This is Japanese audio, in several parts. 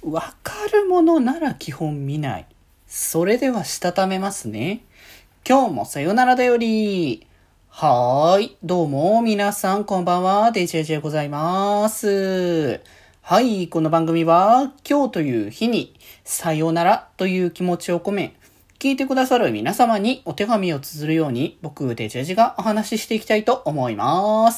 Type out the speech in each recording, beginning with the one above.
わかるものなら基本見ない。それではしたためますね。今日もさよならだより。はーい。どうも、皆さんこんばんは。デジェジェございます。はい。この番組は、今日という日に、さよならという気持ちを込め、聞いてくださる皆様にお手紙を綴るように、僕、デジェジェがお話ししていきたいと思います。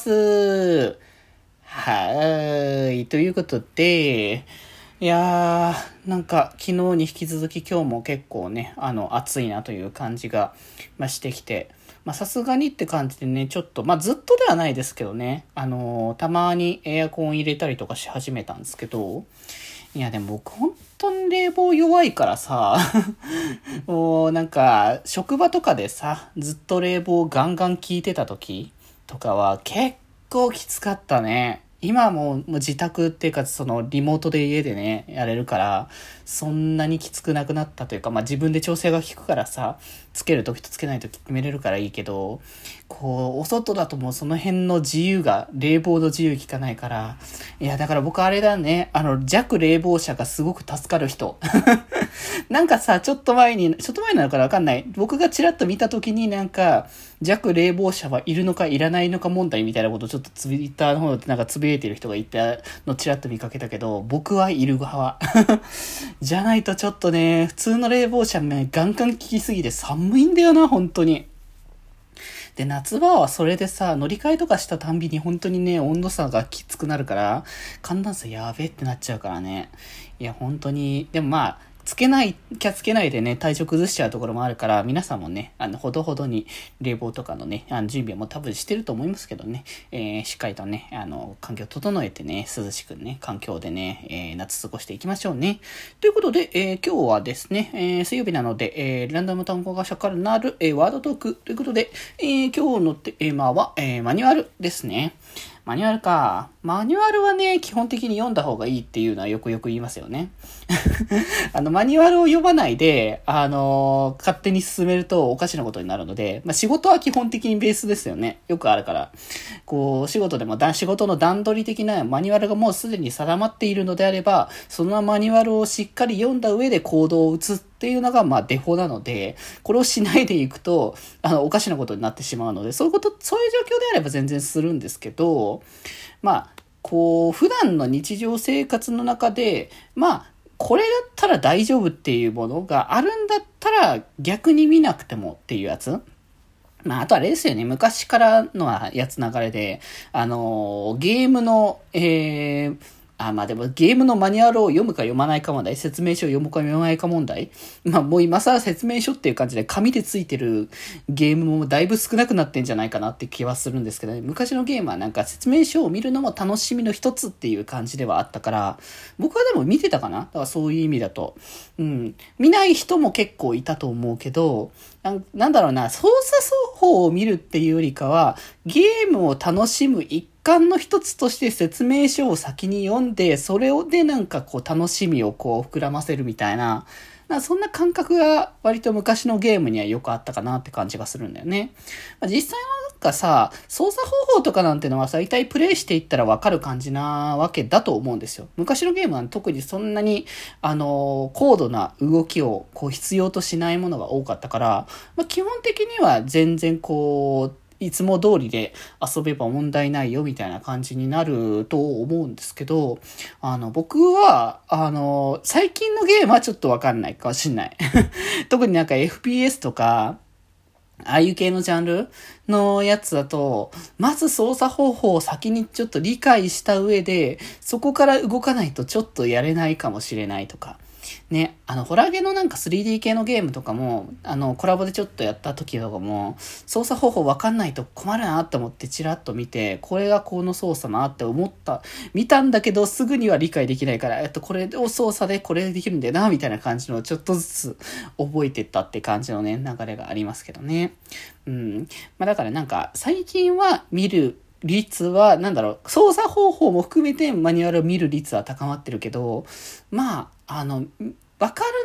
はーい。ということで、いやー、なんか昨日に引き続き今日も結構ね、暑いなという感じが、してきて、さすがにって感じでね、ちょっと、ずっとではないですけどね、たまにエアコン入れたりとかし始めたんですけど、いやでも僕本当に冷房弱いからさ、もうなんか職場とかでさ、ずっと冷房ガンガン効いてた時とかは結構きつかったね。今はもう自宅っていうかそのリモートで家でねやれるからそんなにきつくなくなったというか、自分で調整が効くからさ、つけるときとつけないとき決めれるからいいけど、こうお外だともうその辺の自由が、冷房の自由効かないから、いやだから僕あれだね、弱冷房車がすごく助かる人なんかさ、ちょっと前なのかなわかんない。僕がチラッと見たときになんか弱冷房車はいるのかいらないのか問題みたいなことをちょっとツイッターの方でなんかつぶやいてる人がいたのチラッと見かけたけど、僕はいる側じゃないとちょっとね、普通の冷房車ね、ガンガン効きすぎて寒いんだよな、本当に。で、夏場はそれでさ、乗り換えとかしたたんびに本当にね、温度差がきつくなるから、寒暖差やべえってなっちゃうからね。いや、本当に、でもつけないでね、体調崩しちゃうところもあるから、皆さんもね、ほどほどに冷房とかのね、準備はもう多分してると思いますけどね、しっかりとね、環境を整えてね、涼しくね、環境でね、夏過ごしていきましょうね。ということで、今日はですね、水曜日なので、ランダム単語がしゃからなる、ワードトークということで、今日のテーマは、マニュアルですね。マニュアルか。マニュアルはね、基本的に読んだ方がいいっていうのはよく言いますよね。マニュアルを読まないで、勝手に進めるとおかしなことになるので、仕事は基本的にベースですよね。よくあるから。こう、仕事でも仕事の段取り的なマニュアルがもうすでに定まっているのであれば、そのマニュアルをしっかり読んだ上で行動を移っていうのがデフォなので、これをしないでいくとおかしなことになってしまうので、そういう状況であれば全然するんですけど、こう普段の日常生活の中でこれだったら大丈夫っていうものがあるんだったら逆に見なくてもっていうやつ。あとあれですよね。昔からのやつ流れで、ゲームの、でもゲームのマニュアルを読むか読まないか問題、説明書を読むか読まないか問題。もう今更説明書っていう感じで紙でついてるゲームもだいぶ少なくなってんじゃないかなって気はするんですけどね。昔のゲームはなんか説明書を見るのも楽しみの一つっていう感じではあったから、僕はでも見てたかな。だからそういう意味だと。見ない人も結構いたと思うけど、なんだろうな、操作奏法を見るっていうよりかは、ゲームを楽しむ一環の一つとして説明書を先に読んで、それで楽しみを膨らませるみたいな、そんな感覚が割と昔のゲームにはよくあったかなって感じがするんだよね。実際はさ、操作方法とかなんてのはさ、大体プレイしていったらわかる感じなわけだと思うんですよ。昔のゲームは特にそんなに、高度な動きを必要としないものが多かったから、基本的には全然いつも通りで遊べば問題ないよみたいな感じになると思うんですけど、僕は、最近のゲームはちょっとわかんないかもしんない。特にFPS とか、ああいう系のジャンルのやつだと、まず操作方法を先にちょっと理解した上で、そこから動かないとちょっとやれないかもしれないとか。ね、ホラゲの3D 系のゲームとかも、コラボでちょっとやった時とかも、操作方法わかんないと困るなって思ってチラッと見て、これがこの操作なって見たんだけどすぐには理解できないから、これを操作でこれできるんだよな、みたいな感じのをちょっとずつ覚えてったって感じのね、流れがありますけどね。だから最近は見る率は、操作方法も含めてマニュアルを見る率は高まってるけど、わかる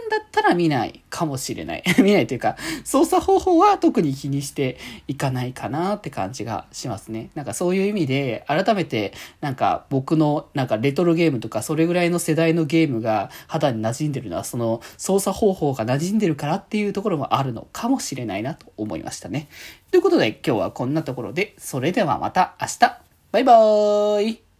んだったら見ないかもしれない。見ないというか、操作方法は特に気にしていかないかなって感じがしますね。なんかそういう意味で、改めて、なんか僕のなんかレトロゲームとかそれぐらいの世代のゲームが肌に馴染んでるのは、その操作方法が馴染んでるからっていうところもあるのかもしれないなと思いましたね。ということで今日はこんなところで、それではまた明日。バイバーイ。